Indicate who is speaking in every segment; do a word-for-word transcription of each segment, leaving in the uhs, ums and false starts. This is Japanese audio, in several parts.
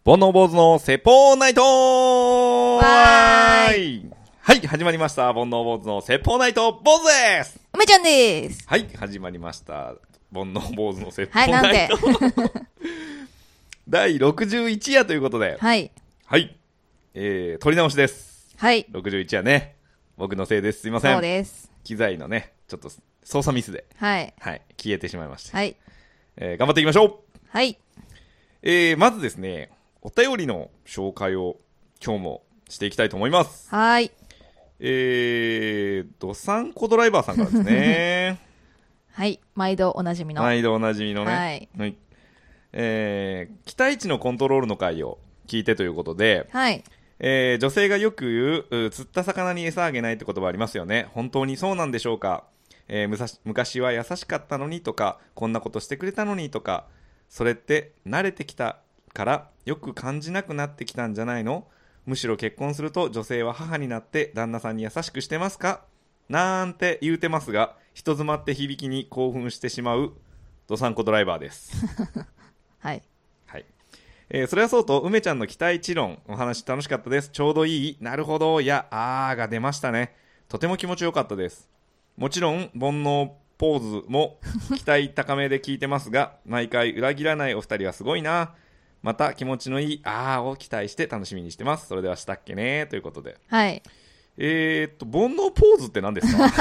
Speaker 1: 煩悩坊主の説法ナイト
Speaker 2: わーい。
Speaker 1: はい、始まりました。煩悩坊主の説法ナイト坊主です。
Speaker 2: 梅ちゃんです。
Speaker 1: はい、始まりました。煩悩坊主の説法
Speaker 2: はい、なん
Speaker 1: ナイ
Speaker 2: で
Speaker 1: ト。だいろくじゅういち夜ということで。
Speaker 2: はい。
Speaker 1: はい。えー、撮り直しです。
Speaker 2: はい。
Speaker 1: ろくじゅういち夜ね。僕のせいです。すいません。
Speaker 2: そうです。
Speaker 1: 機材のね、ちょっと操作ミスで。
Speaker 2: はい。
Speaker 1: はい、消えてしまいました。
Speaker 2: はい。
Speaker 1: えー、頑張っていきましょう。
Speaker 2: はい。
Speaker 1: えー、まずですね、お便りの紹介を今日もしていきたいと思います。
Speaker 2: はい。
Speaker 1: えー、どさんこドライバーさんからですね。
Speaker 2: はい。毎度おなじみの。
Speaker 1: 毎度おなじみのね。
Speaker 2: はい。
Speaker 1: はい。えー、期待値のコントロールの回を聞いてということで、
Speaker 2: はい。
Speaker 1: えー、女性がよく言う、釣った魚に餌あげないって言葉ありますよね。本当にそうなんでしょうか。えー、むさ昔は優しかったのにとか、こんなことしてくれたのにとか、それって慣れてきたからよく感じなくなってきたんじゃないの？むしろ結婚すると女性は母になって旦那さんに優しくしてますか？なんて言うてますが、人妻って響きに興奮してしまうドサンコドライバーです。
Speaker 2: はい。
Speaker 1: はい。えー、それはそうと、梅ちゃんの期待値論お話楽しかったです。ちょうどいい、なるほど、やあーが出ましたね。とても気持ちよかったです。もちろん煩悩ポーズも期待高めで聞いてますが、毎回裏切らないお二人はすごいな。また気持ちのいいあーを期待して楽しみにしてます。それではしたっけねということで。
Speaker 2: はい。
Speaker 1: えーっと煩悩ポーズって何ですか？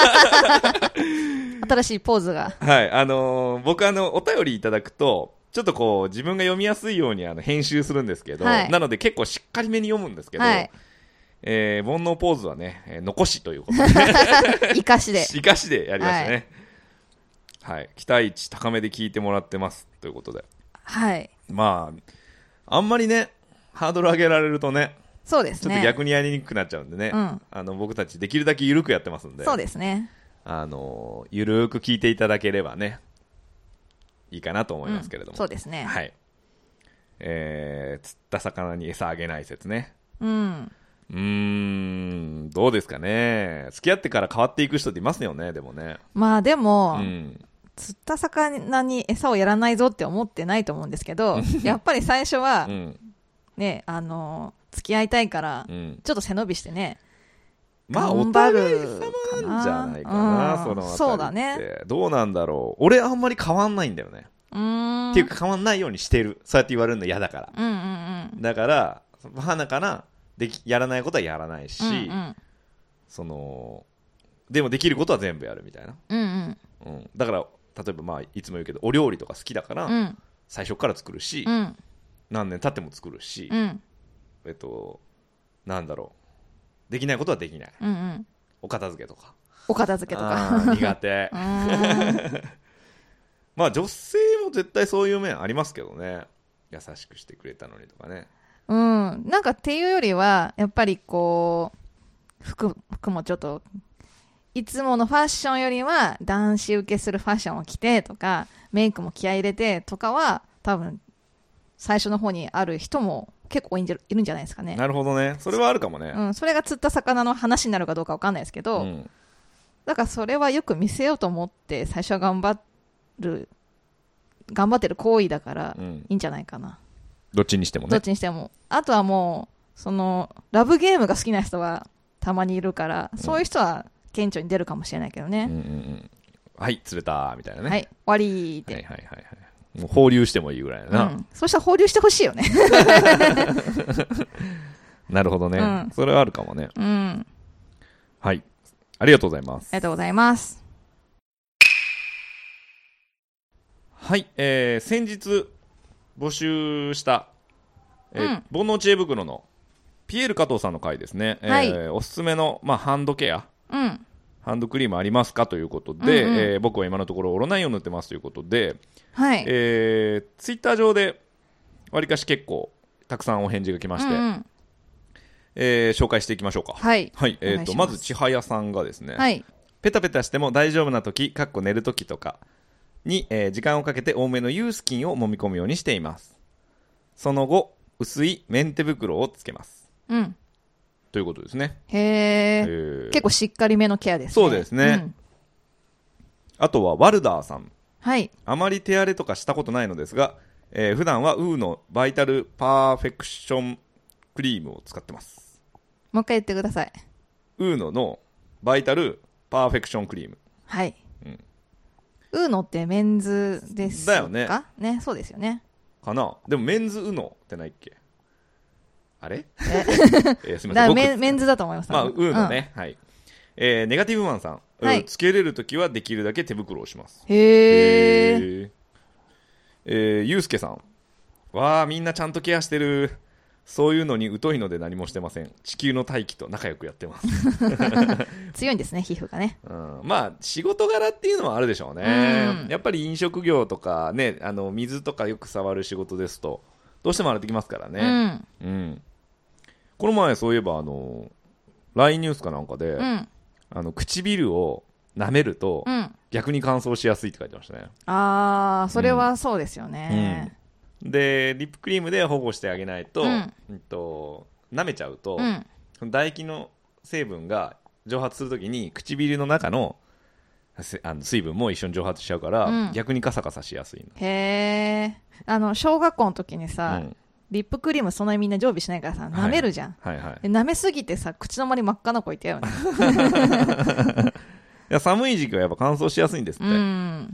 Speaker 2: 新しいポーズが。
Speaker 1: はい、あのー、僕あのお便りいただくとちょっとこう自分が読みやすいようにあの編集するんですけど、はい、なので結構しっかりめに読むんですけど、はい、えー、煩悩ポーズはね、えー、残しということで
Speaker 2: 生かしで
Speaker 1: 生かしでやりましたね。はい、はい、期待値高めで聞いてもらってますということで、
Speaker 2: はい、
Speaker 1: まああんまりねハードル上げられるとね、
Speaker 2: そうですね、
Speaker 1: ちょっと逆にやりにくくなっちゃうんでね、うん、あの僕たちできるだけ緩くやってますんで、
Speaker 2: そうですね、
Speaker 1: あのゆるく聞いていただければねいいかなと思いますけれども、
Speaker 2: うん、そうですね、
Speaker 1: はい、えー、釣った魚に餌あげない説ね、
Speaker 2: うん
Speaker 1: うーんどうですかね。付き合ってから変わっていく人っていますよね。でもね、
Speaker 2: まあでも、
Speaker 1: うん、
Speaker 2: 釣った魚に餌をやらないぞって思ってないと思うんですけどやっぱり最初は、うん、ね、あの付き合いたいから、うん、ちょっと背伸びしてね、
Speaker 1: まあお互い様なんじゃないかな、うん、そのあたりって
Speaker 2: そうだね。
Speaker 1: どうなんだろう。俺あんまり変わんないんだよね。
Speaker 2: うーん
Speaker 1: っていうか変わんないようにしてる。そうやって言われるの嫌だから、
Speaker 2: うんうんうん、だ
Speaker 1: から花からできやらないことはやらないし、うんうん、そのでもできることは全部やるみたいな、
Speaker 2: うんうん
Speaker 1: うん、だから例えば、まあ、いつも言うけどお料理とか好きだから、うん、最初から作るし、うん、何年経っても作るし、うん、えっとなんだろう、できないことはできない、うんうん、お片付けとか
Speaker 2: お片付けとか
Speaker 1: 苦手まあ女性も絶対そういう面ありますけどね。優しくしてくれたのにとかね、
Speaker 2: うん、なんかっていうよりはやっぱりこう 服, 服もちょっといつものファッションよりは男子受けするファッションを着てとか、メイクも気合い入れてとかは多分最初の方にある人も結構いるんじゃないですかね。
Speaker 1: なるほどね、それはあるかもね、
Speaker 2: うん、それが釣った魚の話になるかどうか分かんないですけど、うん、だからそれはよく見せようと思って最初は頑張る頑張ってる行為だからいいんじゃないかな、うん、
Speaker 1: どっちにしてもね。
Speaker 2: どっちにしても。あとはもうそのラブゲームが好きな人はたまにいるから、うん、そういう人は顕著に出るかもしれないけどね、うんうんうん、
Speaker 1: はい釣れたみたいなね、
Speaker 2: はい終わりって、
Speaker 1: はいはいはいはい、もう放流してもいいぐらいだな、うん、
Speaker 2: そうしたら放流してほしいよね
Speaker 1: なるほどね、うん、それはあるかもね、
Speaker 2: うん、
Speaker 1: はい、ありがとうございます。
Speaker 2: ありがとうございます。
Speaker 1: はい、えー、先日募集した、えーうん、煩悩知恵袋のピエール加藤さんの回ですね、はい、えー、おすすめの、まあ、ハンドケア、うん、ハンドクリームありますかということで、うんうん、えー、僕は今のところオロナインを塗ってますということで、はい、えー、ツイッター上でわりかし結構たくさんお返事が来まして、うんうん、えー、紹介していきましょうか。はい、はい、えー、とまずちはやさんがですね、はい、ペタペタしても大丈夫な時かっこ寝る時とかに、えー、時間をかけて多めのユースキンを揉み込むようにしています。その後薄いメンテ袋をつけます、うん、ということですね。
Speaker 2: へー、結構しっかりめのケアですね。
Speaker 1: そうですね、うん、あとはワルダーさん、
Speaker 2: はい、
Speaker 1: あまり手荒れとかしたことないのですがえー、普段はウーのバイタルパーフェクションクリームを使ってます。
Speaker 2: もう一回言ってください。
Speaker 1: ウーノのバイタルパーフェクションクリーム。
Speaker 2: はい、
Speaker 1: うん、
Speaker 2: ウーノってメンズですか？
Speaker 1: だよね。
Speaker 2: ね、そうですよね。
Speaker 1: かな。でもメンズウノってないっけ？あれ？
Speaker 2: え
Speaker 1: えー、すみません。
Speaker 2: メン、メンズだと思います。
Speaker 1: まあウーノね、うん、はい。えー、ネガティブマンさん、はい、つけれるときはできるだけ手袋をします。
Speaker 2: へー。
Speaker 1: へー。えー、ゆうすけさん、わーみんなちゃんとケアしてる。そういうのに疎いので何もしてません。地球の大気と仲良くやってます
Speaker 2: 強いんですね、皮膚がね、
Speaker 1: うん、まあ仕事柄っていうのはあるでしょうね、うん、やっぱり飲食業とかね、あの水とかよく触る仕事ですとどうしても洗ってきますからね、うんうん、この前そういえばあの ライン ニュースかなんかで、うん、あの唇を舐めると、うん、逆に乾燥しやすいって書いてましたね。
Speaker 2: ああ、それはそうですよね、
Speaker 1: うんでリップクリームで保護してあげないと、うんうん、と舐めちゃうと、うん、唾液の成分が蒸発するときに唇の中のあの水分も一緒に蒸発しちゃうから、うん、逆にカサカサしやすいの。
Speaker 2: へー。あの小学校の時にさ、うん、リップクリームそんなにみんな常備しないからさ舐めるじゃん、はいはいはい、で舐めすぎてさ口の周り真っ赤な子いたよね
Speaker 1: いや寒い時期はやっぱ乾燥しやすいんですって、うん、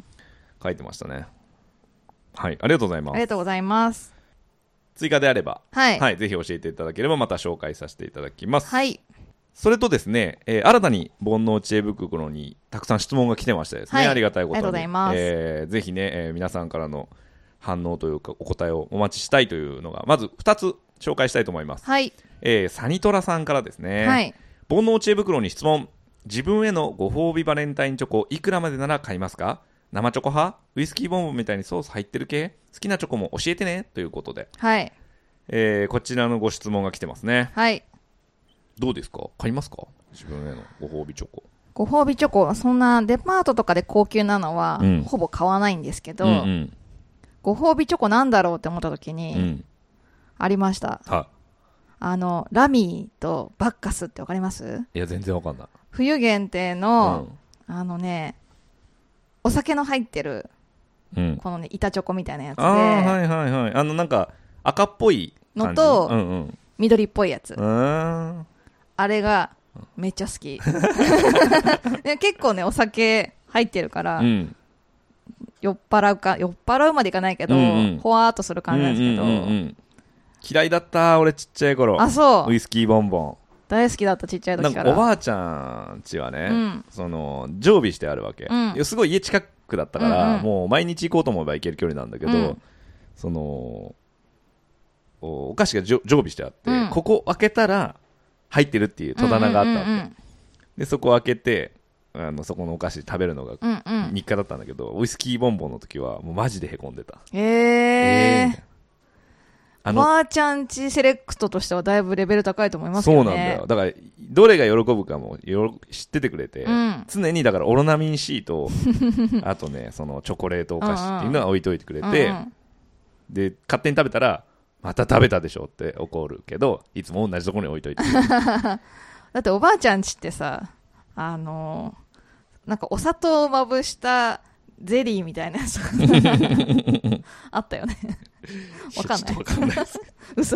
Speaker 1: 書いてましたね。はい、ありがとうございます。
Speaker 2: ありがとうございます。
Speaker 1: 追加であれば、
Speaker 2: はい
Speaker 1: はい、ぜひ教えていただければまた紹介させていただきます。
Speaker 2: はい。
Speaker 1: それとですね、えー、新たに煩悩知恵袋にたくさん質問が来てましてですね、はい、ありがたいことに、
Speaker 2: ありがとうございます。
Speaker 1: えー、ぜひね、えー、皆さんからの反応というかお答えをお待ちしたいというのがまずふたつ紹介したいと思います。
Speaker 2: はい。
Speaker 1: えー、サニトラさんからですね、
Speaker 2: はい、
Speaker 1: 煩悩知恵袋に質問。自分へのご褒美バレンタインチョコいくらまでなら買いますか？生チョコ派？ウイスキーボンボンみたいにソース入ってる系？好きなチョコも教えてねということで、
Speaker 2: はい、
Speaker 1: えー、こちらのご質問が来てますね。
Speaker 2: はい。
Speaker 1: どうですか？買いますか？自分へのご褒美チョコ。
Speaker 2: ご褒美チョコ、そんなデパートとかで高級なのは、うん、ほぼ買わないんですけど、うんうん、ご褒美チョコなんだろうって思った時に、うん、ありました。
Speaker 1: は
Speaker 2: あのラミーとバッカスってわかります？
Speaker 1: いや全然わかんない。
Speaker 2: 冬限定の、うん、あのねお酒の入ってる、うん、このね板チョコみたいなやつで、あ、
Speaker 1: はいはいはい、あのなんか赤っぽい
Speaker 2: のと、うんうん、緑っぽいやつ、あれがめっちゃ好きで結構ねお酒入ってるから、うん、酔っ払うか酔っ払うまでいかないけど、うんうん、ほわーっとする感じなんですけど、うんうんうんうん、
Speaker 1: 嫌いだった俺ちっちゃい頃。
Speaker 2: あ、そう。
Speaker 1: ウイスキーボンボン
Speaker 2: 大好きだった、ちっちゃい時から。
Speaker 1: なんかおばあちゃん家はね、うん、その常備してあるわけ、うん、すごい家近くだったから、うんうん、もう毎日行こうと思えば行ける距離なんだけど、うん、その お, お菓子が常備してあって、うん、ここ開けたら入ってるっていう戸棚があったわけ、うんうんうんうん、でそこ開けてあのそこのお菓子食べるのが日課だったんだけど、うんうん、ウイスキーボンボンの時はもうマジでへこんでた。
Speaker 2: へー、えーおばあちゃんちセレクトとしてはだいぶレベル高いと思いますけどね。
Speaker 1: そうなんだよ。だからどれが喜ぶかも知っててくれて、うん、常にだからオロナミン C とあとねそのチョコレートお菓子っていうのは置いといてくれて、うんうん、で勝手に食べたらまた食べたでしょって怒るけど、いつも同じところに置いといてだ
Speaker 2: っておばあちゃんちってさ、あのー、なんかお砂糖をまぶしたゼリーみたいなやつあったよね。わかんない。わかんないです。嘘。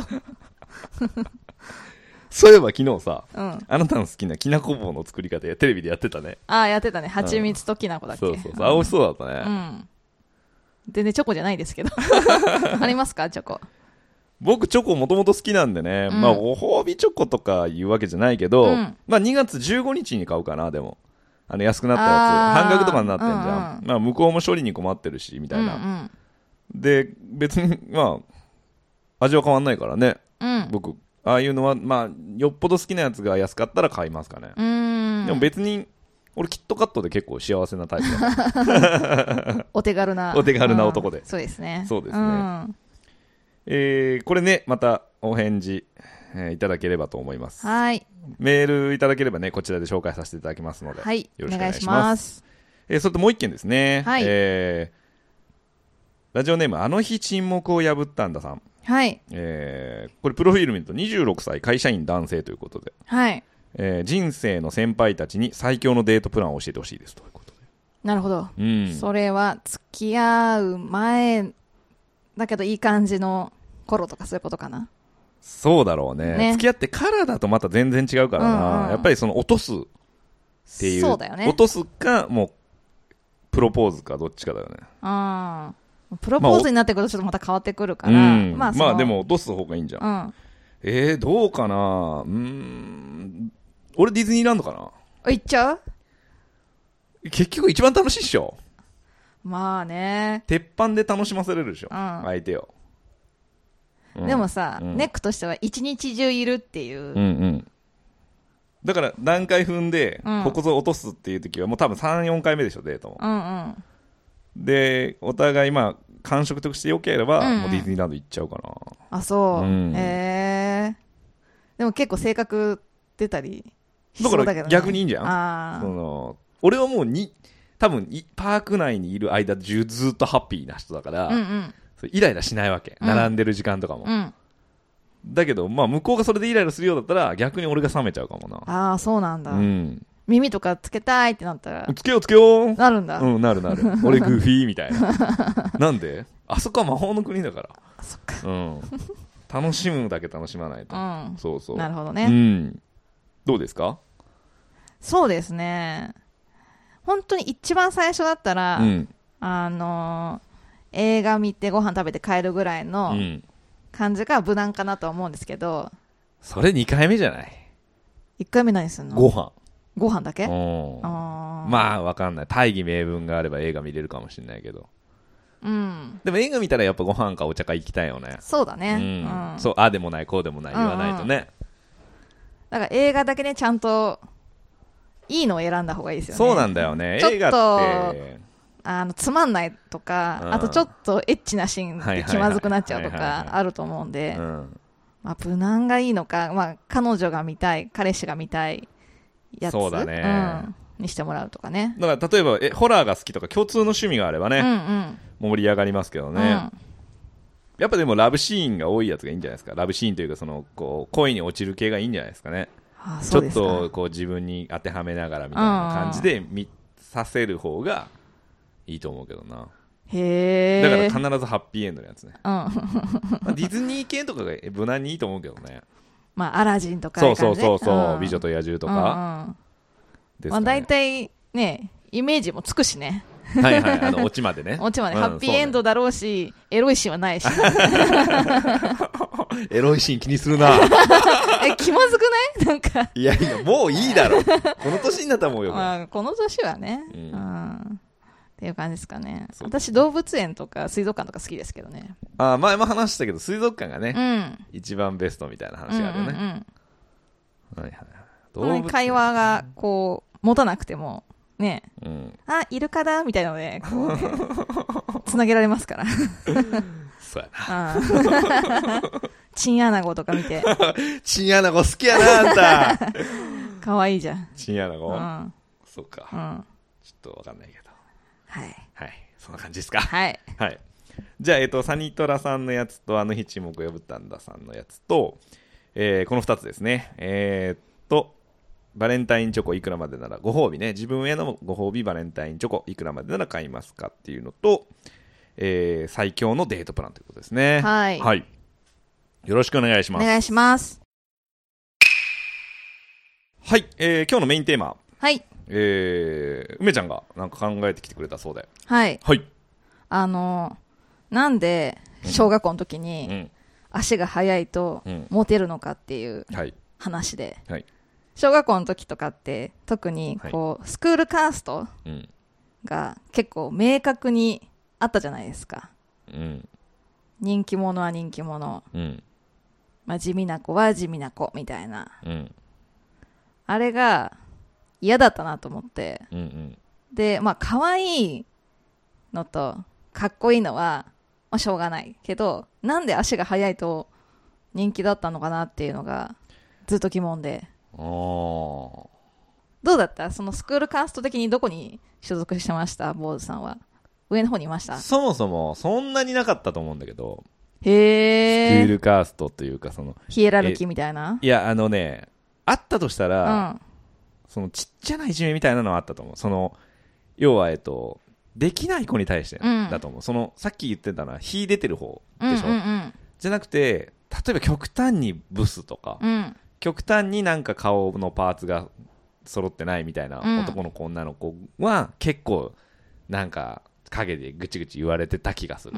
Speaker 1: そういえば昨日さ、
Speaker 2: うん、
Speaker 1: あなたの好きなきなこ棒の作り方やテレビでやってたね。
Speaker 2: ああ、やってたね。蜂蜜ときなこだっけ、
Speaker 1: うん、そうそうそう。あ、美味しそうだったね。
Speaker 2: うん。全然チョコじゃないですけど。ありますかチョコ？
Speaker 1: 僕チョコもともと好きなんでね、うん、まあご褒美チョコとかいうわけじゃないけど、うん、まあにがつじゅうごにちに買うかな。でもあの安くなったやつ半額とかになってんじゃん、うんうん、まあ向こうも処理に困ってるしみたいな、うんうん、で別にまあ味は変わんないからね、
Speaker 2: うん、
Speaker 1: 僕ああいうのはまあよっぽど好きなやつが安かったら買いますかね。
Speaker 2: うん、
Speaker 1: でも別に俺キットカットで結構幸せなタイプだから
Speaker 2: お手軽な
Speaker 1: お手軽な男で、
Speaker 2: うん、そうですね
Speaker 1: そうですね、
Speaker 2: うん、
Speaker 1: えー、これねまたお返事、えー、いただければと思います。
Speaker 2: はい、
Speaker 1: メールいただければねこちらで紹介させていただきますので、
Speaker 2: はい、
Speaker 1: よろしくお願いします。えー、それともう一件ですね、
Speaker 2: はい、
Speaker 1: えー、ラジオネームあの日沈黙を破ったんださん、
Speaker 2: はい、
Speaker 1: えー、これプロフィール見るとにじゅうろくさい会社員男性ということで、
Speaker 2: はい、
Speaker 1: えー、人生の先輩たちに最強のデートプランを教えてほしいですということで。
Speaker 2: なるほど、
Speaker 1: うん、
Speaker 2: それは付き合う前だけどいい感じの頃とかそういうことかな。
Speaker 1: そうだろうね。
Speaker 2: ね
Speaker 1: 付き合ってからだとまた全然違うからな、うんうん、やっぱりその落とすっていう、
Speaker 2: そうだよね、
Speaker 1: 落とすかもうプロポーズかどっちかだよね。
Speaker 2: あプロポーズになってくるとちょっとまた変わってくるから、
Speaker 1: まあ、うん、
Speaker 2: まあ、
Speaker 1: まあでも落とす方がいいんじゃん、
Speaker 2: うん、
Speaker 1: えー、どうかな。うーん、俺ディズニーランドかな。
Speaker 2: 行っちゃう。
Speaker 1: 結局一番楽しいっしょ。
Speaker 2: まあね、
Speaker 1: 鉄板で楽しませれるでしょ、うん、相手を、
Speaker 2: うん、でもさ、うん、ネックとしては一日中いるっていう、うんうん、
Speaker 1: だから段階踏んで、うん、ここぞ落とすっていう時はもう多分 さん,よん 回目でしょデートも、うんうん、でお互いまあ感触として良ければ、うんうん、もうディズニーランド行っちゃうかな。
Speaker 2: あ、そう、うん、へえ。でも結構性格出たりしそうだけどね。だから
Speaker 1: 逆にいいんじゃん。あ、その俺はもうに多分パーク内にいる間中ずっとハッピーな人だから、うんうん、イライラしないわけ、うん、並んでる時間とかも、うん、だけどまあ向こうがそれでイライラするようだったら逆に俺が冷めちゃうかもな。
Speaker 2: ああ、そうなんだ、うん、耳とかつけたいってなったら
Speaker 1: つけようつけよう
Speaker 2: なるんだ。
Speaker 1: うん、なるなる俺グーフィーみたいななんであそこは魔法の国だから。
Speaker 2: あ、そっか、
Speaker 1: うん、楽しむだけ楽しまないと、うん、そうそう、
Speaker 2: なるほどね、
Speaker 1: うん、どうですか。
Speaker 2: そうですね、本当に一番最初だったら、うん、あのー、映画見てご飯食べて帰るぐらいの感じが無難かなとは思うんですけど、
Speaker 1: それにかいめじゃない。
Speaker 2: いっかいめ何すんの。
Speaker 1: ご飯
Speaker 2: ご飯だけ。
Speaker 1: あ、まあ分かんない、大義名分があれば映画見れるかもしれないけど、うん、でも映画見たらやっぱご飯かお茶か行きたいよね。
Speaker 2: そうだね、
Speaker 1: うんうん、そう、ああでもないこうでもない言わないとね、うんうん、
Speaker 2: だから映画だけでちゃんといいのを選んだ方がいいですよね。
Speaker 1: そうなんだよね、映画って
Speaker 2: あのつまんないとか、うん、あとちょっとエッチなシーンで気まずくなっちゃうとかあると思うんで、まあ、無難がいいのか、まあ、彼女が見たい彼氏が見たいやつ、
Speaker 1: そうだね、
Speaker 2: うん、にしてもらうとかね。
Speaker 1: だから例えばえホラーが好きとか共通の趣味があればね、うんうん、盛り上がりますけどね、うん、やっぱでもラブシーンが多いやつがいいんじゃないですか。ラブシーンというかそのこう恋に落ちる系がいいんじゃないですかね。
Speaker 2: ああ、
Speaker 1: ちょっとこう自分に当てはめながらみたいな感じで見させる方がいいと思うけどな。
Speaker 2: へ
Speaker 1: ー、だから必ずハッピーエンドのやつね、うん、まあ、ディズニー系とかが無難にいいと思うけどね。
Speaker 2: まあアラジンとか、
Speaker 1: そうそうそうそう、うん、美女と野獣とか
Speaker 2: ですかね。まあ、大体ねイメージもつくしね。
Speaker 1: はいはい、あのオチまでね
Speaker 2: オチまで、うん、ハッピーエンドだろうし、ね、エロいシーンはないし
Speaker 1: エロいシーン気にするな
Speaker 2: え、気まずくないなんか
Speaker 1: いやいや、もういいだろこの年になったらもうよ、
Speaker 2: まあ、この年はね、うんうん、っていう感じですかね。私動物園とか水族館とか好きですけどね。
Speaker 1: あ、前も話したけど水族館がね、うん、一番ベストみたいな話があるよね、うんうんうん、はいはい、
Speaker 2: 動物園会話がこう持たなくてもね、うん、あ、イルカだみたいなのでこうつなげられますから
Speaker 1: そうやな
Speaker 2: チンアナゴとか見て
Speaker 1: チンアナゴ好きやな、あんた
Speaker 2: かわいいじゃん
Speaker 1: チンアナゴ、うん、そうか、
Speaker 2: うん、
Speaker 1: ちょっとわかんないけど、
Speaker 2: はい
Speaker 1: はい、そんな感じですか。
Speaker 2: はい、
Speaker 1: はい、じゃあ、えーと、サニトラさんのやつとあの日沈黙を破ったんださんのやつと、えー、このふたつですね。えー、っとバレンタインチョコいくらまでならご褒美ね、自分へのご褒美バレンタインチョコいくらまでなら買いますかっていうのと、えー、最強のデートプランということですね。
Speaker 2: はい、
Speaker 1: はい、よろしくお願いします。
Speaker 2: お願いします。
Speaker 1: はい、えー、今日のメインテーマ、
Speaker 2: はい、
Speaker 1: えー、梅ちゃんがなんか考えてきてくれたそうで、
Speaker 2: はい、
Speaker 1: はい、
Speaker 2: あのなんで小学校の時に、うん、足が速いとモテるのかっていう話で、
Speaker 1: はいはい、
Speaker 2: 小学校の時とかって特にこう、はい、スクールカーストが結構明確にあったじゃないですか、うん、人気者は人気者、うん、まあ、地味な子は地味な子みたいな、うん、あれが嫌だったなと思って、うんうん、でまあ可愛いのとかっこいいのは、まあ、しょうがないけど、なんで足が速いと人気だったのかなっていうのがずっと疑問で、
Speaker 1: ど
Speaker 2: うだった？そのスクールカースト的にどこに所属してました？坊主さんは上の方にいました？
Speaker 1: そもそもそんなになかったと思うんだけど、
Speaker 2: へー、
Speaker 1: スクールカーストというかその
Speaker 2: ヒエラルキーみたいな、
Speaker 1: いやあのね、あったとしたら、
Speaker 2: うん、
Speaker 1: そのちっちゃないじめみたいなのはあったと思う。その要はえっとできない子に対して、
Speaker 2: うん、
Speaker 1: だと思う。そのさっき言ってたのは火出てる方でしょ、
Speaker 2: うんうんうん、
Speaker 1: じゃなくて例えば極端にブスとか、
Speaker 2: うん、
Speaker 1: 極端になんか顔のパーツが揃ってないみたいな男の子、うん、女の子は結構なんか陰でぐちぐち言われてた気がする、
Speaker 2: うん、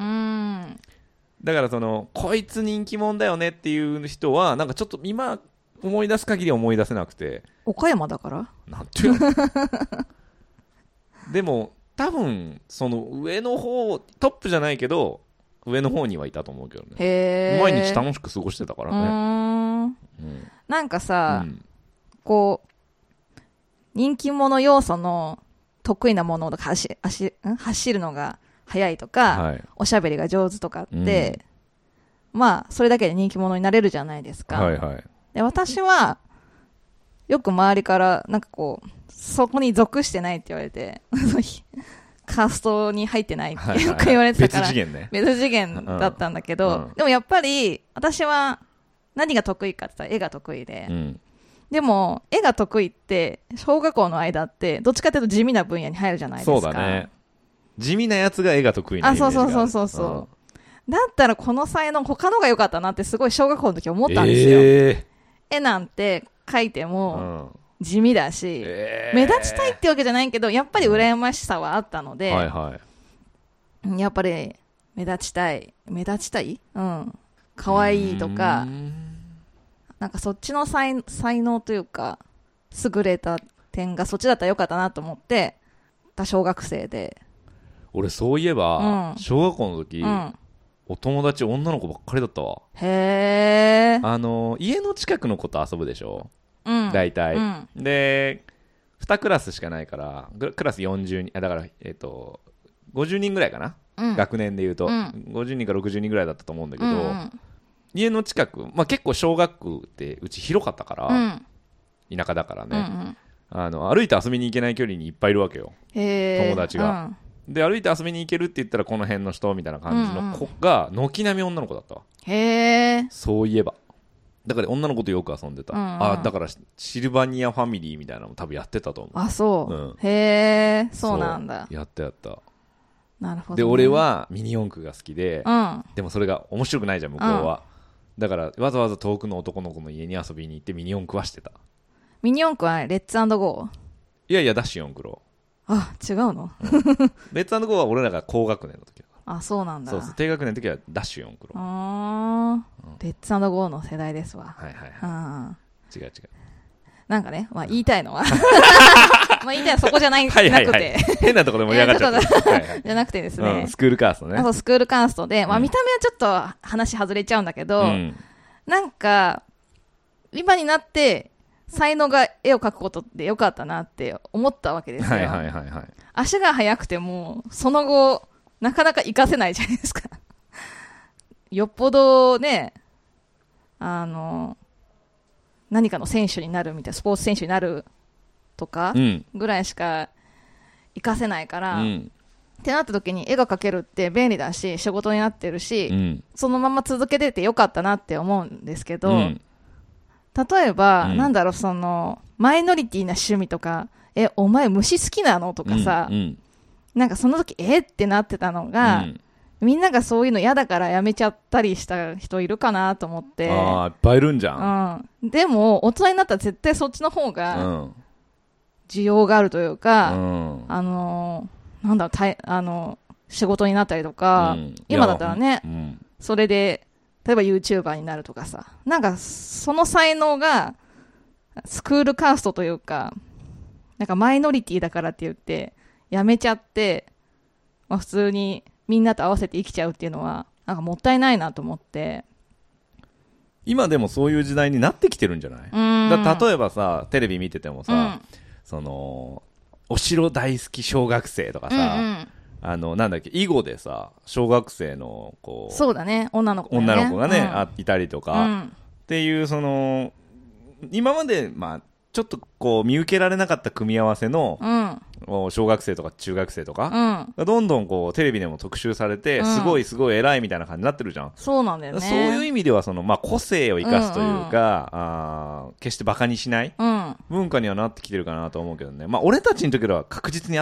Speaker 1: だからそのこいつ人気者だよねっていう人はなんかちょっと今思い出す限り思い出せなくて。
Speaker 2: 岡山だから
Speaker 1: なんていうのでも多分その上の方トップじゃないけど上の方にはいたと思うけどね。
Speaker 2: へー、
Speaker 1: 毎日楽しく過ごしてたからね。うーん、
Speaker 2: うん、なんかさ、
Speaker 1: うん、
Speaker 2: こう人気者要素の得意なものを走、走、走るのが速いとか、はい、おしゃべりが上手とかって、うん、まあそれだけで人気者になれるじゃないですか、
Speaker 1: はいはい、で
Speaker 2: 私はよく周りからなんかこうそこに属してないって言われてカーストに入ってないってよく言われてたから、
Speaker 1: はいはい、別次元ね、
Speaker 2: 別次元だったんだけど、うん、でもやっぱり私は何が得意かって言ったら絵が得意で、うん、でも絵が得意って小学校の間ってどっちかというと地味な分野に入るじゃないですか。
Speaker 1: そうだね、地味なやつが絵が得意なイメージがある。
Speaker 2: あ、そうそうそうそう、うん、だったらこの才能他のが良かったなってすごい小学校の時思ったんですよ、えー、絵なんて描いても地味だし、えー、目立ちたいってわけじゃないけどやっぱり羨ましさはあったので、うん、はいはい、やっぱり目立ちたい目立ちたいうん可愛いとかなんかそっちの 才, 才能というか優れた点がそっちだったらよかったなと思ってた小学生で。
Speaker 1: 俺そういえば、うん、小学校の時、うん、お友達女の子ばっかりだったわ。
Speaker 2: へー、
Speaker 1: あの家の近くの子と遊ぶでしょ、うん、大体、うん、でにクラスしかないからクラスよんじゅうにんだから、えー、とごじゅうにんぐらいかな、うん、学年でいうと、うん、ごじゅうにんかろくじゅうにんぐらいだったと思うんだけど、うんうん、家の近く、まあ、結構小学区ってうち広かったから、うん、田舎だからね、うんうん、あの歩いて遊びに行けない距離にいっぱいいるわけよ、友達が、うん、で歩いて遊びに行けるって言ったらこの辺の人みたいな感じの子が軒並み女の子だったわ。
Speaker 2: へー、
Speaker 1: そういえばだから女の子とよく遊んでた、うんうん、あだからシルバニアファミリーみたいなのも多分やってたと思う。
Speaker 2: あそう、うん、へー、そうなんだ。
Speaker 1: やったやった。
Speaker 2: なるほど、ね、
Speaker 1: で俺はミニ四駆が好きで、
Speaker 2: うん、
Speaker 1: でもそれが面白くないじゃん向こうは、うん、だからわざわざ遠くの男の子の家に遊びに行ってミニ四駆はしてた。
Speaker 2: ミニ四駆はレッツ&ゴー？
Speaker 1: いやいやダッシュ四駆ロ。
Speaker 2: あ違うの、
Speaker 1: うん、レッツ&ゴーは俺らが高学年の時だ。
Speaker 2: あそうなんだ。
Speaker 1: そうそう低学年の時はダッシュ四駆ロ。
Speaker 2: あー、うん、レッツ&ゴーの世代ですわ。
Speaker 1: はいはいはい。違う違う。
Speaker 2: なんかね、まあ言いたいのはまあ言いたいのはそこじゃない、
Speaker 1: はいはいはい、
Speaker 2: なくて
Speaker 1: 変なところで盛り上がっちゃったはい、はい、
Speaker 2: じゃなくてですね、
Speaker 1: うん、スクールカーストね。
Speaker 2: あそうスクールカーストで、まあ見た目はちょっと話外れちゃうんだけど、うん、なんか今になって才能が絵を描くことってよかったなって思ったわけですよ。
Speaker 1: はいはいはいはい。
Speaker 2: 足が速くてもその後なかなか活かせないじゃないですかよっぽどね、あの何かの選手になるみたいなスポーツ選手になるとかぐらいしか活かせないから、うん、ってなった時に絵が描けるって便利だし仕事になってるし、うん、そのまま続けててよかったなって思うんですけど、うん、例えば、うん、なんだろうそのマイノリティな趣味とかえお前虫好きなのとかさ、うんうん、なんかその時えってなってたのが、うん、みんながそういうの嫌だからやめちゃったりした人いるかなと思って。
Speaker 1: ああいっぱいいるんじゃん、
Speaker 2: うん、でも大人になったら絶対そっちの方が需要があるというか、うん、あのなんだろうたいあの仕事になったりとか、うん、今だったらね、うん、それで例えば YouTuber になるとかさなんかその才能がスクールカーストというかなんかマイノリティだからって言ってやめちゃって、まあ、普通にみんなと合わせて生きちゃうっていうのはなんかもったいないなと思って。
Speaker 1: 今でもそういう時代になってきてるんじゃない？だ例えばさテレビ見ててもさ、うん、そのお城大好き小学生とかさ、うんうん、あのなんだっけ囲碁でさ小学生のこう
Speaker 2: そうだね女の子がね、
Speaker 1: 女の子がね、うん、あいたりとか、うん、っていうその今までまあちょっとこう見受けられなかった組み合わせの、うん、小学生とか中学生とか、うん、どんどんこうテレビでも特集されて、うん、すごいすごい偉いみたいな感じになってるじゃん。
Speaker 2: そうなんだよね。
Speaker 1: そういう意味ではその、まあ、個性を生かすというか、うんうん、あ決してバカにしない、うん、文化にはなってきてるかなと思うけどね。まあ俺たちの時は確実にあ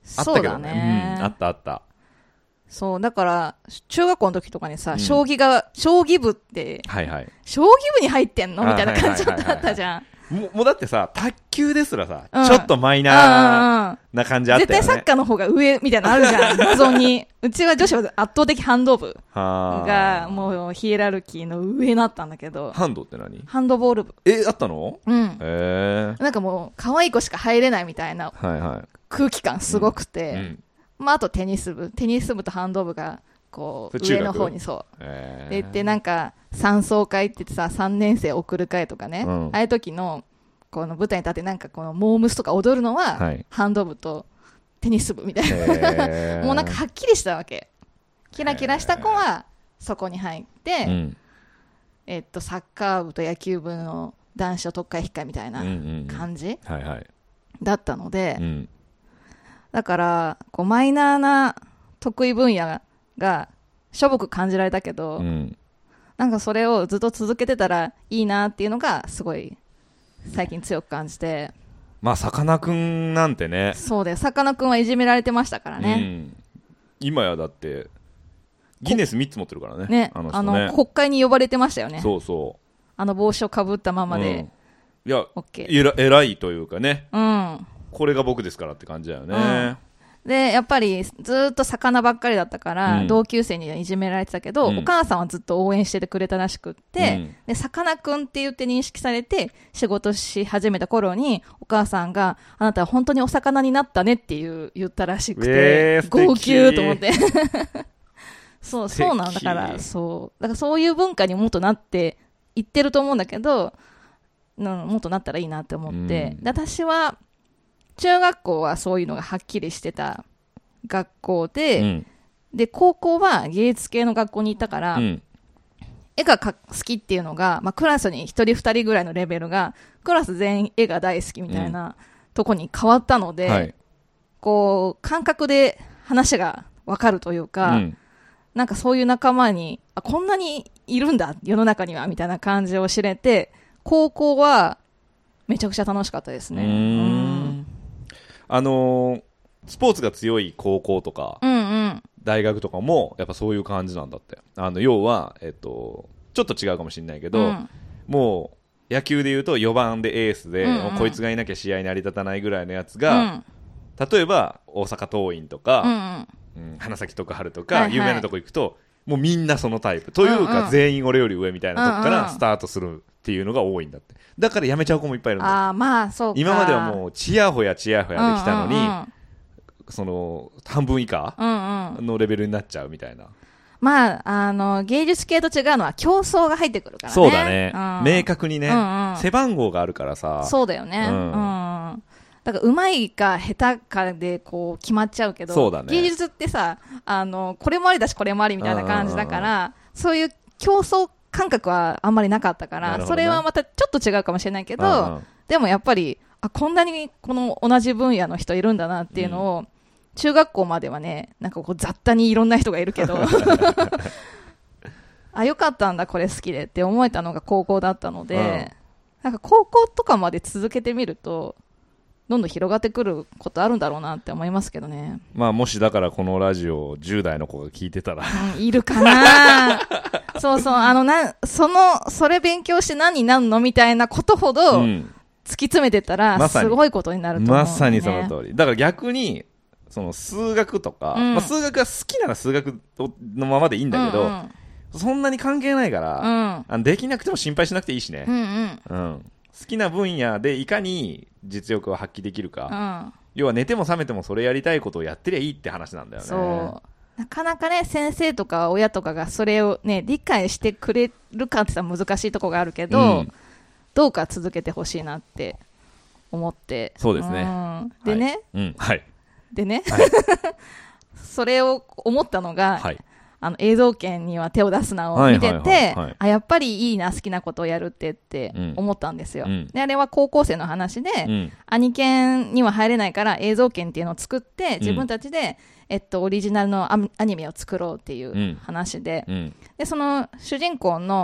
Speaker 1: あったけどね。
Speaker 2: そうだね、
Speaker 1: うん、あったあった。
Speaker 2: そう、だから、中学校の時とかにさ、うん、将棋が、将棋部って、はいはい、将棋部に入ってんのみたいな感じだったじゃん。
Speaker 1: も, もうだってさ、卓球ですらさ、うん、ちょっとマイナーな感じあったよね。
Speaker 2: 絶対サッカーの方が上みたいなのあるじゃん、謎に。うちは女子は圧倒的ハンド部が、もうヒエラルキーの上だったんだけど。
Speaker 1: ハンドって何？
Speaker 2: ハンドボール部。
Speaker 1: え、あったの？
Speaker 2: うん。
Speaker 1: へー。
Speaker 2: なんかもう、可愛い子しか入れないみたいな空気感すごくて。はいはい、うん、まあ、あとテニス部。テニス部とハンド部が、こう、上の方にそう。で、行って、なんか、三層会って言ってさ、さんねん生送る会とかね。うん、ああいう時の、この舞台に立ってなんかこのモームスとか踊るのは、はい、ハンド部とテニス部みたいな。もうなんかはっきりしたわけ。キラキラした子はそこに入って、うん、えっと、サッカー部と野球部の男子と特会控えみたいな感じだったので、だからこうマイナーな得意分野がしょぼく感じられたけど、うん、なんかそれをずっと続けてたらいいなっていうのがすごい最近強く感じて。
Speaker 1: まあさかなクンなんてね。
Speaker 2: そうだよ、さかなクンはいじめられてましたからね、うん、
Speaker 1: 今やだってギネスみっつ持ってるからね。
Speaker 2: ね、あの人ね、あの国会に呼ばれてましたよね。
Speaker 1: そうそう、あ
Speaker 2: の帽子をかぶったままで、うん、
Speaker 1: いや、えら偉いというかね、うん、これが僕ですからって感じだよね、うん
Speaker 2: で、やっぱりずっと魚ばっかりだったから、うん、同級生にはいじめられてたけど、うん、お母さんはずっと応援しててくれたらしくって、うん、で、さかなクンって言って認識されて、仕事し始めた頃に、お母さんが、あなたは本当にお魚になったねっていう言ったらしくて、えー、号泣と思って。そう、そうなんだから、そう。だからそういう文化にもっとなっていってると思うんだけど、うん、もっとなったらいいなって思って、うん、で私は、中学校はそういうのがはっきりしてた学校で、うん、で高校は芸術系の学校に行ったから、うん、絵が好きっていうのが、まあ、クラスにひとりふたりぐらいのレベルがクラス全員絵が大好きみたいな、うん、とこに変わったので、はい、こう感覚で話が分かるというか、うん、なんかそういう仲間にあこんなにいるんだ世の中にはみたいな感じを知れて、高校はめちゃくちゃ楽しかったですね。うーん、うん
Speaker 1: あのー、スポーツが強い高校とか、うんうん、大学とかもやっぱそういう感じなんだって。あの要は、えっと、ちょっと違うかもしれないけど、うん、もう野球でいうとよばんでエースで、うんうん、こいつがいなきゃ試合成り立たないぐらいのやつが、うん、例えば大阪桐蔭とか、うんうんうん、花咲徳栄とか、はいはい、有名なとこ行くともうみんなそのタイプというか、うんうん、全員俺より上みたいなとこからスタートするっていうのが多いんだって。だから辞めちゃう子もいっぱいいるんだって。
Speaker 2: あ、まあ、そうか。
Speaker 1: 今まではもうちやほやちやほやできたのに、うんうんうん、その半分以下のレベルになっちゃうみたいな、うんうん、
Speaker 2: まあ、あの芸術系と違うのは競争が入ってくるからね。
Speaker 1: そうだね、うん、明確にね、うんうん、背番号があるからさ。
Speaker 2: そうだよね、うんうん、だから上手いか下手かでこう決まっちゃうけど、
Speaker 1: そうだね、
Speaker 2: 芸術ってさ、あのこれもありだしこれもありみたいな感じだから、そういう競争感覚はあんまりなかったから、ね、それはまたちょっと違うかもしれないけど、うんうん、でもやっぱりあこんなにこの同じ分野の人いるんだなっていうのを、うん、中学校まではねなんかこう雑多にいろんな人がいるけどあよかったんだこれ好きでって思えたのが高校だったので、うん、なんか高校とかまで続けてみるとどんどん広がってくることあるんだろうなって思いますけどね。
Speaker 1: まあもしだからこのラジオをじゅう代の子が聞いてたら、
Speaker 2: うん、いるかなそうそう、あのなそのそれ勉強して何になるのみたいなことほど、うん、突き詰めてたらすごいことになると思う、ね、
Speaker 1: まさにその通り。だから逆にその数学とか、うんまあ、数学が好きなら数学のままでいいんだけど、うんうん、そんなに関係ないから、うん、あのできなくても心配しなくていいしね、うんうんうん、好きな分野でいかに実力を発揮できるか、うん、要は寝ても覚めてもそれやりたいことをやってりゃいいって話なんだよね。
Speaker 2: そうなかなかね先生とか親とかがそれをね理解してくれるかって言ったら難しいところがあるけど、うん、どうか続けてほしいなって思って。
Speaker 1: そうですね、
Speaker 2: うん、でね、はい
Speaker 1: うんはい、
Speaker 2: でね、はい、それを思ったのが、はい、あの映像権には手を出すなを見てて、はいはいはいはい、あやっぱりいいな好きなことをやるってって思ったんですよ、うん、であれは高校生の話で、うん、兄犬には入れないから映像権っていうのを作って自分たちで、うんえっと、オリジナルのアニメを作ろうっていう話で、うんうん、でその主人公の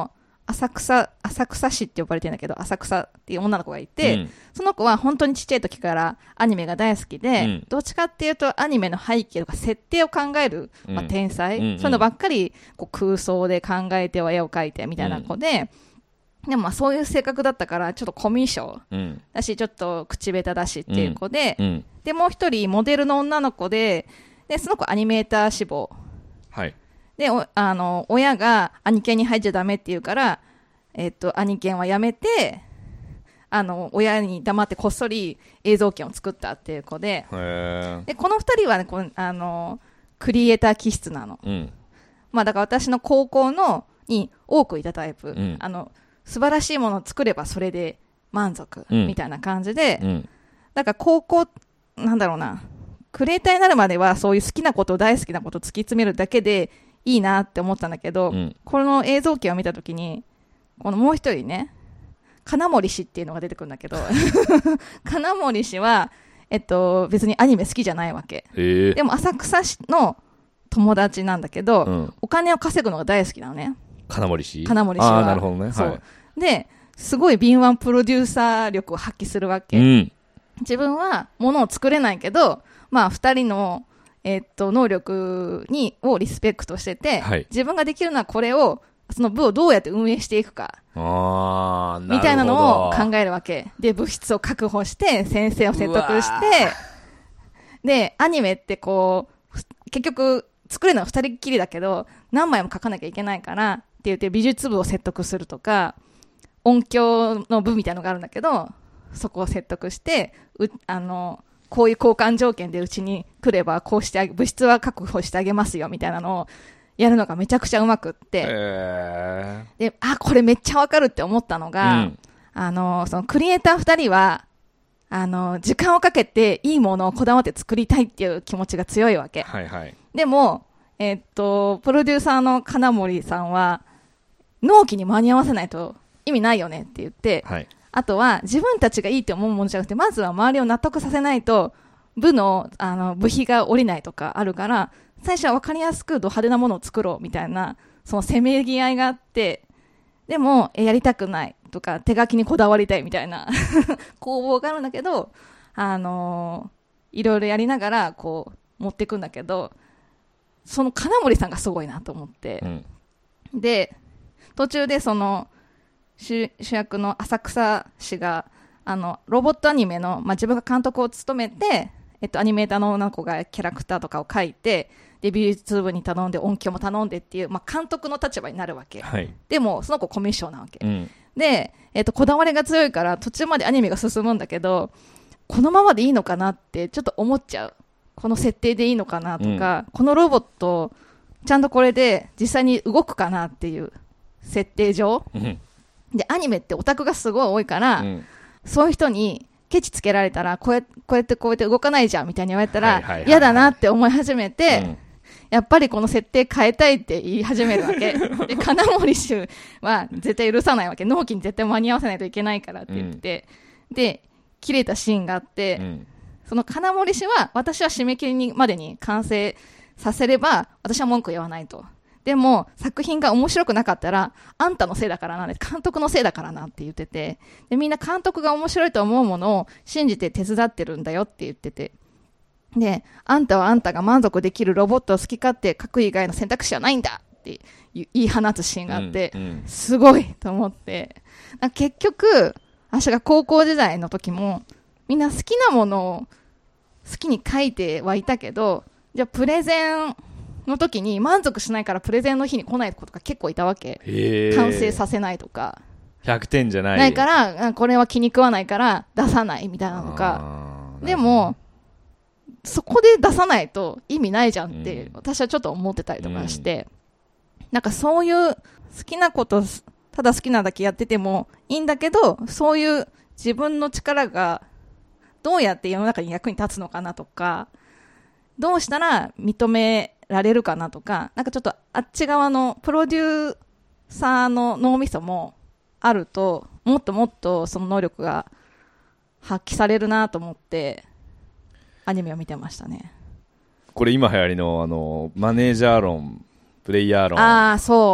Speaker 2: 浅草浅草市って呼ばれてるんだけど、浅草っていう女の子がいて、うん、その子は本当にちっちゃい時からアニメが大好きで、うん、どっちかっていうとアニメの背景とか設定を考える、まあ、天才、うん、そういうのばっかりこう空想で考えては絵を描いてみたいな子で、うん、でもまあそういう性格だったからちょっとコミュ障、うん、だしちょっと口下手だしっていう子で、うんうん、でもう一人モデルの女の子で、でその子アニメーター志望、
Speaker 1: はい、
Speaker 2: であの親がアニキャンに入っちゃダメって言うから、えっと、アニキャンはやめてあの親に黙ってこっそり映像権を作ったっていう子 で, でこの二人は、ね、こうあのクリエイター気質なの、うんまあ、だから私の高校のに多くいたタイプ、うん、あの素晴らしいものを作ればそれで満足、うん、みたいな感じで、うん、だから高校なんだろうなクリエイターになるまではそういう好きなこと大好きなことを突き詰めるだけでいいなって思ったんだけど、うん、この映像権を見たときにこのもう一人ね金森氏っていうのが出てくるんだけど金森氏は、えっと、別にアニメ好きじゃないわけでも浅草市の友達なんだけど、うん、お金を稼ぐのが大好きなのね
Speaker 1: 金森氏
Speaker 2: 金森氏は
Speaker 1: あなるほどね、
Speaker 2: そう、
Speaker 1: はい、
Speaker 2: ですごい敏腕プロデューサー力を発揮するわけ、うん、自分は物を作れないけどまあ二人のえー、っと能力にをリスペクトしてて、はい、自分ができるのはこれをその部をどうやって運営していくか
Speaker 1: あ
Speaker 2: みたいなのを考えるわけで部室を確保して先生を説得してでアニメってこう結局作るのは二人っきりだけど何枚も書かなきゃいけないからって言って美術部を説得するとか音響の部みたいなのがあるんだけどそこを説得してうあのこういう交換条件でうちに来ればこうしてあげ物質は確保してあげますよみたいなのをやるのがめちゃくちゃうまくって、えー、であこれめっちゃわかるって思ったのが、うん、あのそのクリエイターふたりはあの時間をかけていいものをこだわって作りたいっていう気持ちが強いわけ、
Speaker 1: はいはい、
Speaker 2: でも、えー、っとプロデューサーの金森さんは納期に間に合わせないと意味ないよねって言って、はいあとは自分たちがいいって思うものじゃなくてまずは周りを納得させないと部の、あの部費が下りないとかあるから最初は分かりやすくド派手なものを作ろうみたいなそのせめぎ合いがあってでもやりたくないとか手書きにこだわりたいみたいな攻防があるんだけど、あのー、いろいろやりながらこう持っていくんだけどその金森さんがすごいなと思って、うん、で途中でその主, 主役の浅草氏があのロボットアニメの、まあ、自分が監督を務めて、えっと、アニメーターの女の子がキャラクターとかを描いてで美術部に頼んで音響も頼んでっていう、まあ、監督の立場になるわけ、はい、でもその子コミッションなわけ、うん、で、えっと、こだわりが強いから途中までアニメが進むんだけどこのままでいいのかなってちょっと思っちゃうこの設定でいいのかなとか、うん、このロボットちゃんとこれで実際に動くかなっていう設定上、うんでアニメってオタクがすごい多いから、うん、そういう人にケチつけられたらこうや、こうやってこうやって動かないじゃんみたいに言われたら嫌、はいはいはいはい、だなって思い始めて、うん、やっぱりこの設定変えたいって言い始めるわけで金森氏は絶対許さないわけ納期に絶対間に合わせないといけないからって言って、うん、で切れたシーンがあって、うん、その金森氏は私は締め切りにまでに完成させれば私は文句言わないとでも作品が面白くなかったらあんたのせいだからな監督のせいだからなって言っててでみんな監督が面白いと思うものを信じて手伝ってるんだよって言っててであんたはあんたが満足できるロボットを好き勝手書く以外の選択肢はないんだって言い放つシーンがあって、うんうん、すごいと思って結局私が高校時代の時もみんな好きなものを好きに書いてはいたけどじゃあプレゼンの時に満足しないからプレゼンの日に来ない子とか結構いたわけ完成させないとか
Speaker 1: ひゃくてんじゃない
Speaker 2: ないからこれは気に食わないから出さないみたいなのかでもそこで出さないと意味ないじゃんって、うん、私はちょっと思ってたりとかして、うん、なんかそういう好きなことただ好きなだけやっててもいいんだけどそういう自分の力がどうやって世の中に役に立つのかなとかどうしたら認められるかなとか、なんかちょっとあっち側のプロデューサーの脳みそもあると、もっともっとその能力が発揮されるなと思ってアニメを見てましたね。
Speaker 1: これ今流行りのあのマネージャー論、プレイヤー論。
Speaker 2: ああ、そ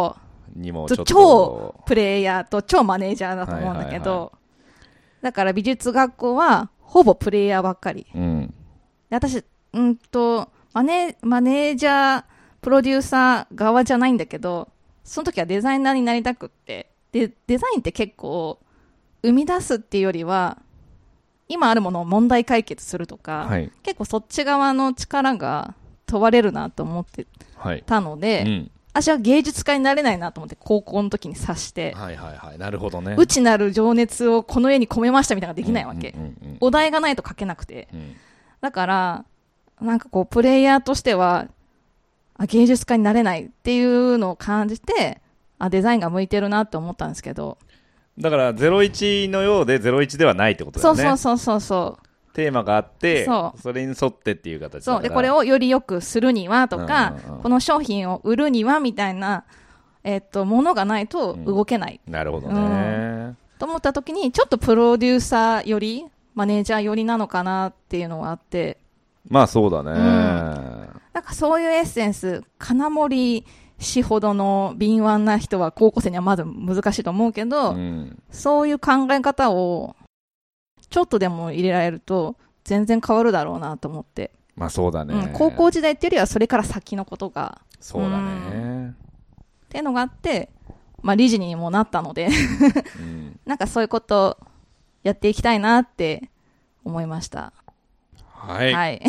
Speaker 1: にもちょっと
Speaker 2: 超プレイヤーと超マネージャーだと思うんだけど、はいはいはい、だから美術学校はほぼプレイヤーばっかり、
Speaker 1: うん、
Speaker 2: で私うんとマネ、マネージャープロデューサー側じゃないんだけど、その時はデザイナーになりたくって、でデザインって結構生み出すっていうよりは今あるものを問題解決するとか、はい、結構そっち側の力が問われるなと思ってたので、はい、うん、私は芸術家になれないなと思って高校の時に察して、
Speaker 1: はいはいはい、なるほどね、
Speaker 2: 内なる情熱をこの絵に込めましたみたいなのができないわけ、うんうんうんうん、お題がないと描けなくて、うん、だからなんかこうプレイヤーとしてはあ芸術家になれないっていうのを感じて、あデザインが向いてるなって思ったんですけど、
Speaker 1: だからゼロイチのようでゼロイチではないってことだよね。
Speaker 2: そうそうそうそう、
Speaker 1: テーマがあって そ, それに沿ってっていう形だから、
Speaker 2: そうでこれをより良くするにはとか、うんうんうん、この商品を売るにはみたいな、えー、っとものがないと動けない、
Speaker 1: うん、なるほどね、うん、
Speaker 2: と思った時にちょっとプロデューサーよりマネージャーよりなのかなっていうのがあって、
Speaker 1: まあそうだね、うん、
Speaker 2: なんかそういうエッセンス金森氏ほどの敏腕な人は高校生にはまず難しいと思うけど、うん、そういう考え方をちょっとでも入れられると全然変わるだろうなと思って。
Speaker 1: まあそうだね、
Speaker 2: うん、高校時代っていうよりはそれから先のことが
Speaker 1: そうだね、うん、
Speaker 2: っていうのがあって、まあ理事にもなったので、うん、なんかそういうことやっていきたいなって思いました。
Speaker 1: はい、はい、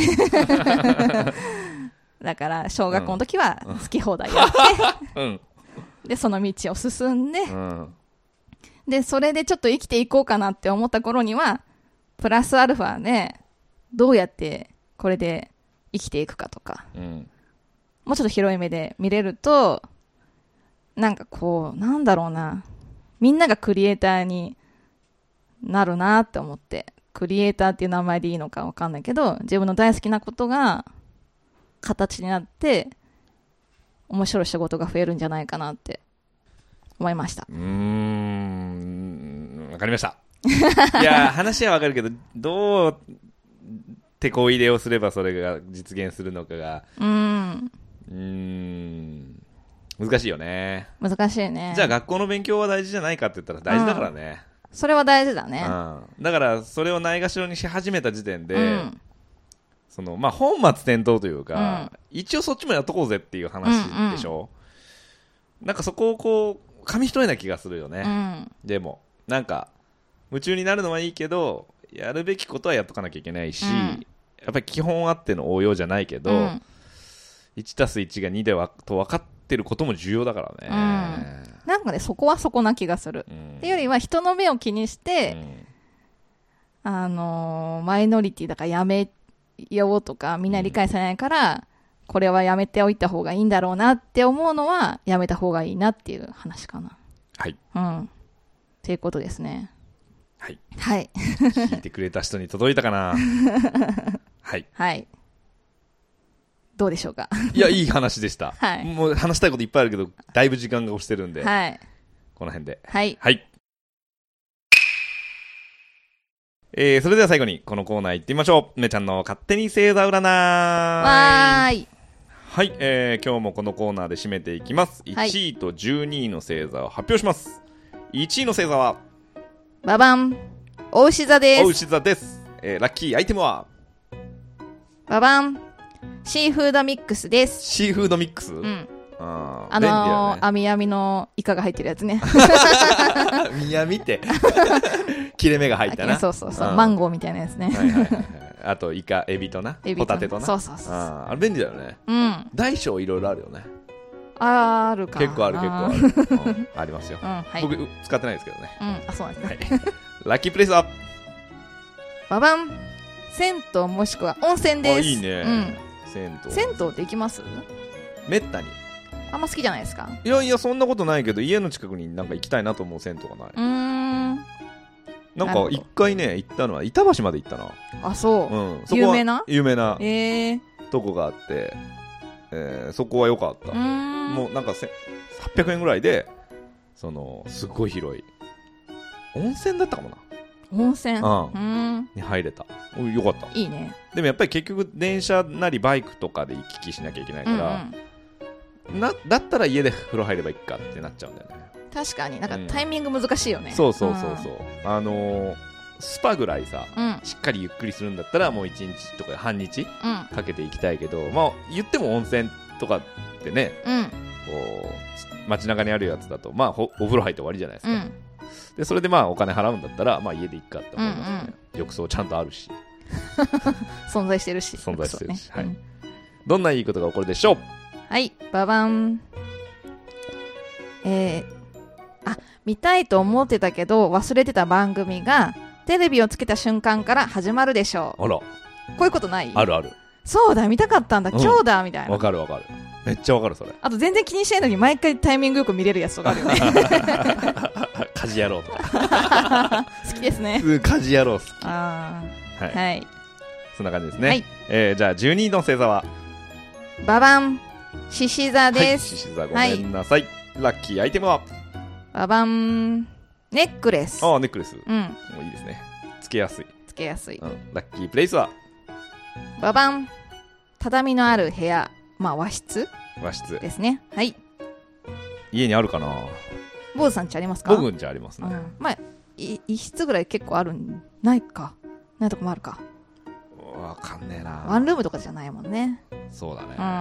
Speaker 2: だから小学校の時は好き放題やって、うん、でその道を進んで、うん、でそれでちょっと生きていこうかなって思った頃にはプラスアルファでどうやってこれで生きていくかとか、うん、もうちょっと広い目で見れるとなんかこうなんだろうな、みんながクリエイターになるなって思って、クリエイターっていう名前でいいのかわかんないけど自分の大好きなことが形になって面白い仕事が増えるんじゃないかなって思いました。
Speaker 1: うーん、わかりました。いや話はわかるけどどう手こ入れをすればそれが実現するのかがうーんうーん難しいよね。
Speaker 2: 難しいね。
Speaker 1: じゃあ学校の勉強は大事じゃないかって言ったら大事だからね、
Speaker 2: うん、それは大事だね、
Speaker 1: うん、だからそれをないがしろにし始めた時点で、うん、そのまあ、本末転倒というか、うん、一応そっちもやっとこうぜっていう話でしょ、うんうん、なんかそこをこう紙一重な気がするよね、うん、でもなんか夢中になるのはいいけどやるべきことはやっとかなきゃいけないし、うん、やっぱり基本あっての応用じゃないけど、うん、いちたすいちがにではと分かってることも重要だからね、うん、
Speaker 2: なんかねそこはそこな気がする、うん、っていうよりは人の目を気にして、うん、あのー、マイノリティだからやめようとかみんな理解されないから、うん、これはやめておいた方がいいんだろうなって思うのはやめた方がいいなっていう話かな。
Speaker 1: はい、
Speaker 2: うん、っていうことですね。
Speaker 1: はい、
Speaker 2: はい、
Speaker 1: 聞いてくれた人に届いたかなはい、
Speaker 2: はい、どうでしょうか。
Speaker 1: いやいい話でした、
Speaker 2: はい、
Speaker 1: もう話したいこといっぱいあるけどだいぶ時間が押してるんで、
Speaker 2: はい、
Speaker 1: この辺で
Speaker 2: はい、
Speaker 1: はい、えー、それでは最後にこのコーナー行ってみましょう。梅ちゃんの勝手に星座占い。
Speaker 2: わーい。
Speaker 1: はい、えー、今日もこのコーナーで締めていきます。いちいとじゅうにいの星座を発表します。いちいの星座は
Speaker 2: ババン、お牛座です。
Speaker 1: お牛座です、えー、ラッキーアイテムは
Speaker 2: ババン、シーフードミックスです。
Speaker 1: シーフードミックス、うん、
Speaker 2: あ, あのー、網網のイカが入ってるやつね。
Speaker 1: 網網って切れ目が入ったな。
Speaker 2: そうそうそう、うん、マンゴーみたいなやつね。
Speaker 1: はいはいはい、あとイカ、エビとな、ホタテとな。
Speaker 2: そうそうそうそう、
Speaker 1: あ, あれ便利だよね。うん。大小いろいろあるよね。
Speaker 2: あるか。
Speaker 1: 結構ある結構ある、うん、ありますよ、
Speaker 2: うん、はい、
Speaker 1: 僕使ってないですけどね。
Speaker 2: うん、あ、そうなんですね、
Speaker 1: はい、ラッキープレイスは
Speaker 2: ババン、銭湯もしくは温泉です。
Speaker 1: あ、いいね、うん、銭湯。
Speaker 2: 銭湯って行きます？
Speaker 1: めったに
Speaker 2: あんま好きじゃないですか？
Speaker 1: いやいやそんなことないけど家の近くになんか行きたいなと思う銭湯がない。
Speaker 2: うーん、
Speaker 1: なんか一回ね行ったのは板橋まで行ったな。
Speaker 2: あ、そう、うん、そこ
Speaker 1: 有
Speaker 2: 名な
Speaker 1: 有名な、
Speaker 2: えー、
Speaker 1: とこがあって、えー、そこは良かった。うーん、もうなんかはっぴゃくえんぐらいでそのすごい広い温泉だったかもな。
Speaker 2: 温泉、うん、
Speaker 1: うんに入れた。よかった。
Speaker 2: いいね。
Speaker 1: でもやっぱり結局電車なりバイクとかで行き来しなきゃいけないから、うんうん、 なだったら家で風呂入ればいいかってなっちゃうんだよね。
Speaker 2: 確かになんかタイミング難しいよね、
Speaker 1: うん、そうそうそうそう、あのー、スパぐらいさ、うん、しっかりゆっくりするんだったらもういちにちとか半日かけていきたいけど、うん、まあ言っても温泉とかってね、うん、こう街中にあるやつだとまあお風呂入って終わりじゃないですか、うん、でそれでまあお金払うんだったらまあ家でいっかって思いますね、うんうん、浴槽ちゃんとあるし
Speaker 2: 存在してるし
Speaker 1: 存在してるし、ね、はい、うん、どんないいことが起こるでしょう。
Speaker 2: はいババン、えー、あ見たいと思ってたけど忘れてた番組がテレビをつけた瞬間から始まるでしょう。
Speaker 1: あら
Speaker 2: こういうことない？
Speaker 1: あるある。
Speaker 2: そうだ見たかったんだ、うん、今日だみたいな。
Speaker 1: わかるわかる、めっちゃわかるそれ。
Speaker 2: あと全然気にしてないのに毎回タイミングよく見れるやつとかあるよね
Speaker 1: 家事野郎とか
Speaker 2: 好きですね。
Speaker 1: 家事野郎好き。
Speaker 2: あ、はい、はい、
Speaker 1: そんな感じですね、はい、えー、じゃあじゅうにいの星座は
Speaker 2: ババン獅子座です。
Speaker 1: 獅子座ごめんなさい、はい、ラッキーアイテムは
Speaker 2: ババンネックレス。
Speaker 1: ああネックレス、
Speaker 2: うん、も
Speaker 1: ういいですね、つけやすい
Speaker 2: つけやすい、うん、
Speaker 1: ラッキープレイスは
Speaker 2: ババン畳のある部屋、まあ和室
Speaker 1: 和室
Speaker 2: ですね。はい、
Speaker 1: 家にあるかな。
Speaker 2: 坊主さんちありますか？
Speaker 1: 僕んちありますね、うん、
Speaker 2: まあい一室ぐらい結構あるんないかないとこもあるか
Speaker 1: わかんねえな。
Speaker 2: ワンルームとかじゃないもんね。
Speaker 1: そうだね、
Speaker 2: うん、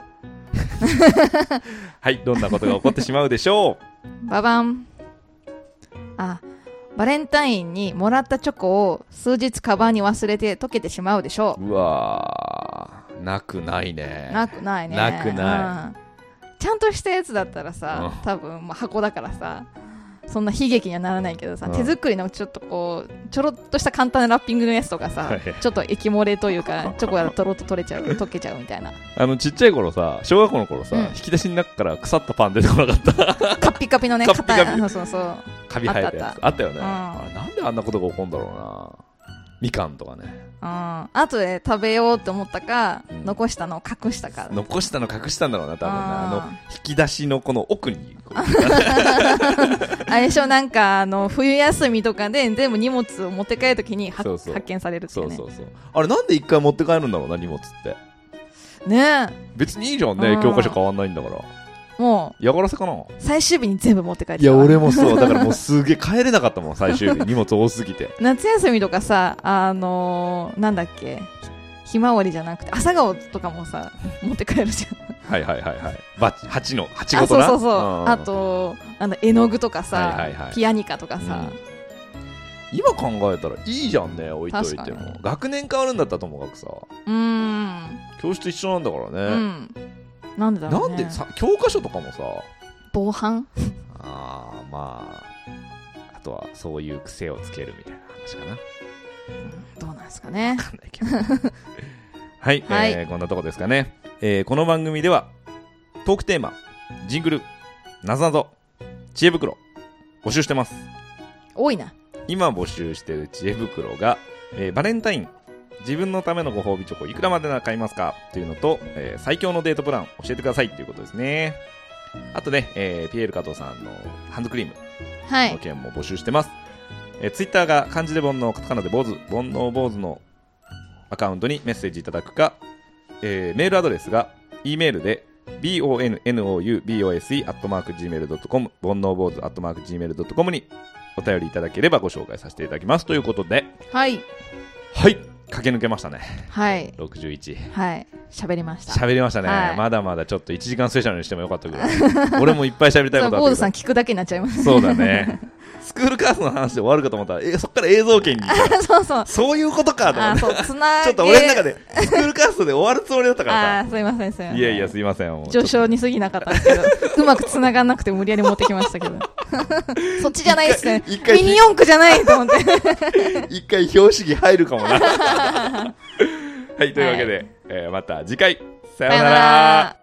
Speaker 1: はいどんなことが起こってしまうでしょ
Speaker 2: うババン、あバレンタインにもらったチョコを数日カバンに忘れて溶けてしまうでしょう。
Speaker 1: うわーなくないね。
Speaker 2: なくないね。
Speaker 1: なくない、
Speaker 2: うん、ちゃんとしたやつだったらさ、うん、多分、まあ、箱だからさそんな悲劇にはならないけどさ、うん、手作りのちょっとこうちょろっとした簡単なラッピングのやつとかさ、はい、ちょっと液漏れというかチョコがとろっと取れちゃう溶けちゃうみたいな。
Speaker 1: あのちっちゃい頃さ小学校の頃さ、うん、引き出しの中から腐ったパン出てこなかった
Speaker 2: カッピカピのね
Speaker 1: カッピカピ
Speaker 2: そうそうそう
Speaker 1: カビ生えたやつあったよね、うん、
Speaker 2: あ
Speaker 1: れなんであんなことが起こるんだろうな。みかんとかね、
Speaker 2: うん、あとで食べようって思ったか、うん、残したのを隠したか。
Speaker 1: 残したの隠したんだろうな多分ね。あの引き出しのこの奥に
Speaker 2: あれでしょ、なんかあの冬休みとかで全部荷物を持って帰るときにそうそう発見されるっていうね。
Speaker 1: そうそうそう。あれなんで一回持って帰るんだろうな荷物って
Speaker 2: ね。
Speaker 1: 別にいいじゃんね、教科書変わんないんだから。
Speaker 2: もう
Speaker 1: 嫌がらせかな。
Speaker 2: 最終日に全部持って帰ってた。
Speaker 1: いや俺もそうだからもうすげえ帰れなかったもん最終日荷物多すぎて
Speaker 2: 夏休みとかさあのー、なんだっけひまわりじゃなくて朝顔とかもさ持って帰るじゃん。
Speaker 1: はいはいはいはいバチ鉢の鉢ごとな。
Speaker 2: あそうそうそう、うん、あとあの絵の具とかさ、はいはいはい、ピアニカとかさ、
Speaker 1: うん、今考えたらいいじゃんね置いといても。学年変わるんだったらともかくさうーん教室一緒なんだからね、うん
Speaker 2: なんでだろうね。
Speaker 1: なんでさ教科書とかもさ
Speaker 2: 防犯
Speaker 1: ああまああとはそういう癖をつけるみたいな話かな、
Speaker 2: うん、どうなんですかね
Speaker 1: 分かんないけどはい、はいえー、こんなとこですかね、えー、この番組ではトークテーマジングルなぞなぞ知恵袋募集してます。
Speaker 2: 多いな。
Speaker 1: 今募集している知恵袋が、えー、バレンタイン自分のためのご褒美チョコいくらまでなら買いますかというのと、えー、最強のデートプラン教えてくださいということですね。あとね、えー、ピエール加藤さんのハンドクリームの件も募集してます、はいえー、ツイッターが漢字で煩悩カタカナで坊主煩悩坊主のアカウントにメッセージいただくか、えー、メールアドレスが E メールで ボノノウボス アットマーク ジーメールドットコム 煩悩坊主 アットマーク ジーメールドットコム にお便りいただければご紹介させていただきますということで
Speaker 2: はい
Speaker 1: はい駆け抜けましたね。
Speaker 2: はい
Speaker 1: ろくじゅういち
Speaker 2: はい喋りました
Speaker 1: 喋りましたね、はい、まだまだちょっといちじかんスペシャルにしてもよかったぐらい俺もいっぱい喋りたいことあったけど
Speaker 2: ボードさん聞くだけになっちゃいます
Speaker 1: そうだねスクールカースの話で終わるかと思ったらえそっから映像権に
Speaker 2: そうそう
Speaker 1: そういうことかと思って
Speaker 2: そうつな
Speaker 1: ちょっと俺の中でスクールカーストで終わるつもりだったからさ
Speaker 2: あすいませんすいません
Speaker 1: いやいやすいません
Speaker 2: 序章に過ぎなかったんですけどうまくつながんなくて無理やり持ってきましたけどそっちじゃないですねミニ四駆じゃないと思って
Speaker 1: 一回表紙に入るかもなはいというわけで、はいえー、また次回さようなら。